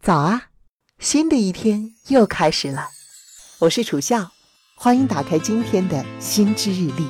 早啊，新的一天又开始了。我是楚笑，欢迎打开今天的心知日历。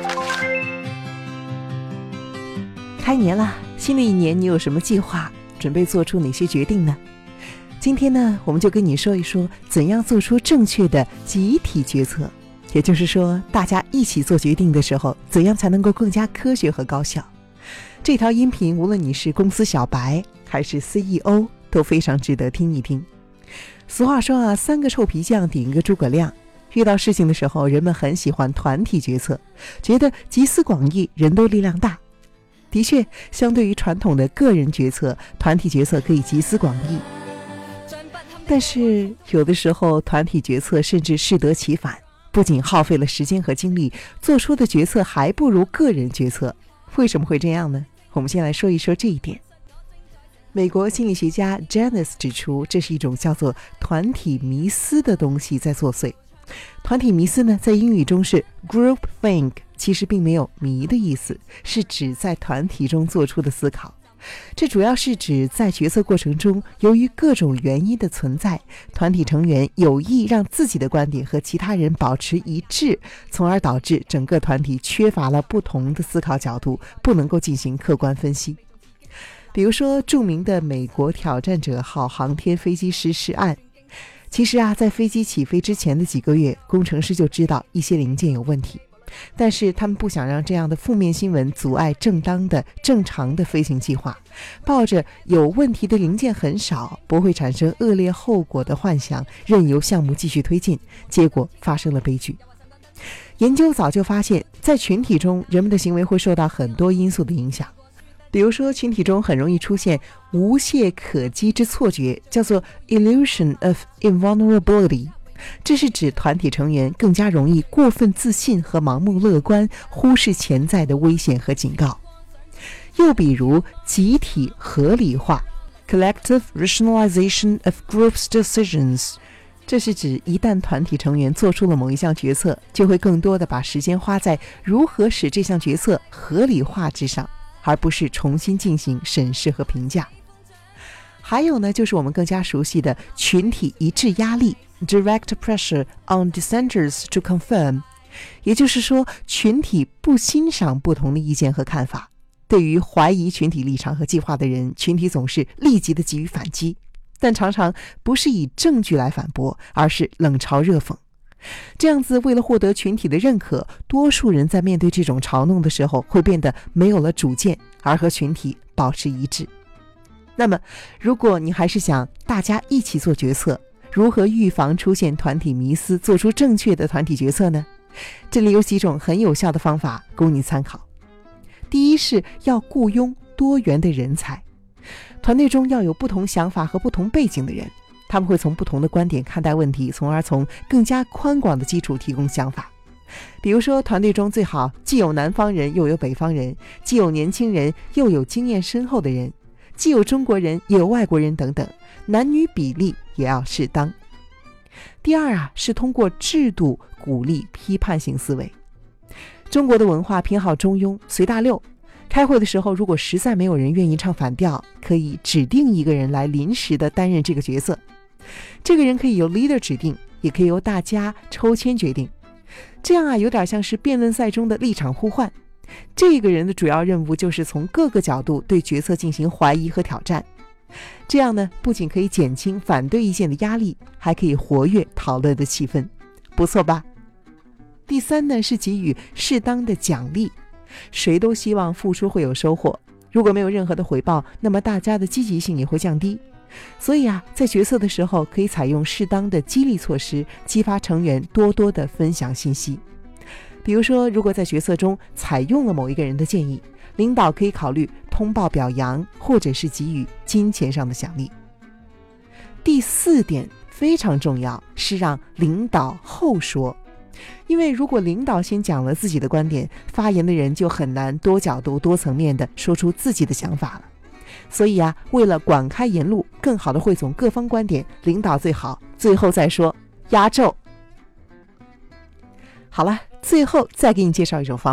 开年了，新的一年你有什么计划？准备做出哪些决定呢？今天呢，我们就跟你说一说怎样做出正确的集体决策，也就是说大家一起做决定的时候，怎样才能够更加科学和高效。这条音频无论你是公司小白还是 CEO， 都非常值得听一听。俗话说啊，三个臭皮匠顶一个诸葛亮。遇到事情的时候，人们很喜欢团体决策，觉得集思广益，人多力量大。的确，相对于传统的个人决策，团体决策可以集思广益。但是有的时候团体决策甚至适得其反，不仅耗费了时间和精力，做出的决策还不如个人决策。为什么会这样呢？我们先来说一说这一点。美国心理学家 Janice 指出，这是一种叫做团体迷思的东西在作祟。团体迷思呢，在英语中是 groupthink， 其实并没有迷的意思，是指在团体中做出的思考。这主要是指在决策过程中，由于各种原因的存在，团体成员有意让自己的观点和其他人保持一致，从而导致整个团体缺乏了不同的思考角度，不能够进行客观分析。比如说著名的美国挑战者号航天飞机失事案，其实啊，在飞机起飞之前的几个月，工程师就知道一些零件有问题，但是他们不想让这样的负面新闻阻碍正常的飞行计划，抱着有问题的零件很少，不会产生恶劣后果的幻想，任由项目继续推进，结果发生了悲剧。研究早就发现，在群体中，人们的行为会受到很多因素的影响。比如说，群体中很容易出现无懈可击之错觉，叫做 illusion of invulnerability。这是指团体成员更加容易过分自信和盲目乐观，忽视潜在的危险和警告。又比如集体合理化 collective rationalization of groups decisions， 这是指一旦团体成员做出了某一项决策，就会更多的把时间花在如何使这项决策合理化之上，而不是重新进行审视和评价。还有呢，就是我们更加熟悉的群体一致压力 direct pressure on dissenters to conform， 也就是说，群体不欣赏不同的意见和看法。对于怀疑群体立场和计划的人，群体总是立即的给予反击，但常常不是以证据来反驳，而是冷嘲热讽。这样子，为了获得群体的认可，多数人在面对这种嘲弄的时候，会变得没有了主见，而和群体保持一致。那么，如果你还是想大家一起做决策，如何预防出现团体迷思，做出正确的团体决策呢？这里有几种很有效的方法供你参考。第一是要雇佣多元的人才，团队中要有不同想法和不同背景的人，他们会从不同的观点看待问题，从而从更加宽广的基础提供想法。比如说，团队中最好既有南方人又有北方人，既有年轻人又有经验深厚的人，既有中国人也有外国人等等，男女比例也要适当。第二啊，是通过制度鼓励批判性思维。中国的文化偏好中庸，随大溜。开会的时候，如果实在没有人愿意唱反调，可以指定一个人来临时的担任这个角色。这个人可以由 leader 指定，也可以由大家抽签决定。这样啊，有点像是辩论赛中的立场互换。这个人的主要任务就是从各个角度对决策进行怀疑和挑战。这样呢，不仅可以减轻反对意见的压力，还可以活跃讨论的气氛，不错吧？第三呢，是给予适当的奖励。谁都希望付出会有收获，如果没有任何的回报，那么大家的积极性也会降低。所以啊，在决策的时候可以采用适当的激励措施，激发成员多多的分享信息。比如说，如果在决策中采用了某一个人的建议，领导可以考虑通报表扬，或者是给予金钱上的奖励。第四点非常重要，是让领导后说。因为如果领导先讲了自己的观点，发言的人就很难多角度多层面的说出自己的想法了。所以啊，为了广开言路，更好的汇总各方观点，领导最好最后再说，压轴。好了，最后再给你介绍一种方法，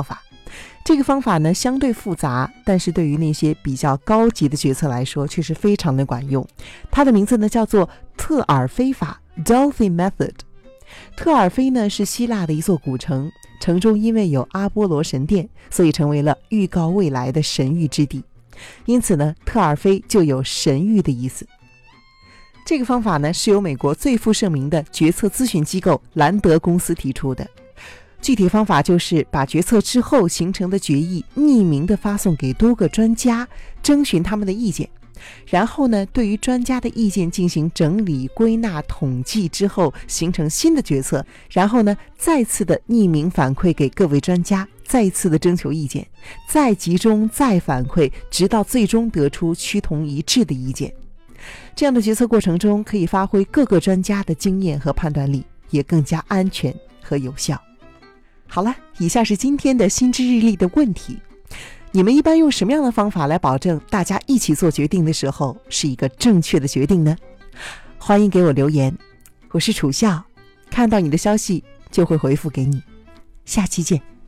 这个方法呢相对复杂，但是对于那些比较高级的决策来说却是非常的管用。它的名字呢叫做特尔菲法 Delphi Method。 特尔菲呢是希腊的一座古城，城中因为有阿波罗神殿，所以成为了预告未来的神谕之地，因此呢特尔菲就有神谕的意思。这个方法呢是由美国最负盛名的决策咨询机构兰德公司提出的。具体方法就是把决策之后形成的决议匿名地发送给多个专家，征询他们的意见，然后呢对于专家的意见进行整理归纳统计之后形成新的决策，然后呢再次的匿名反馈给各位专家，再次的征求意见，再集中再反馈，直到最终得出趋同一致的意见。这样的决策过程中可以发挥各个专家的经验和判断力，也更加安全和有效。好了，以下是今天的心知日历的问题，你们一般用什么样的方法来保证大家一起做决定的时候是一个正确的决定呢？欢迎给我留言，我是楚笑，看到你的消息就会回复给你。下期见。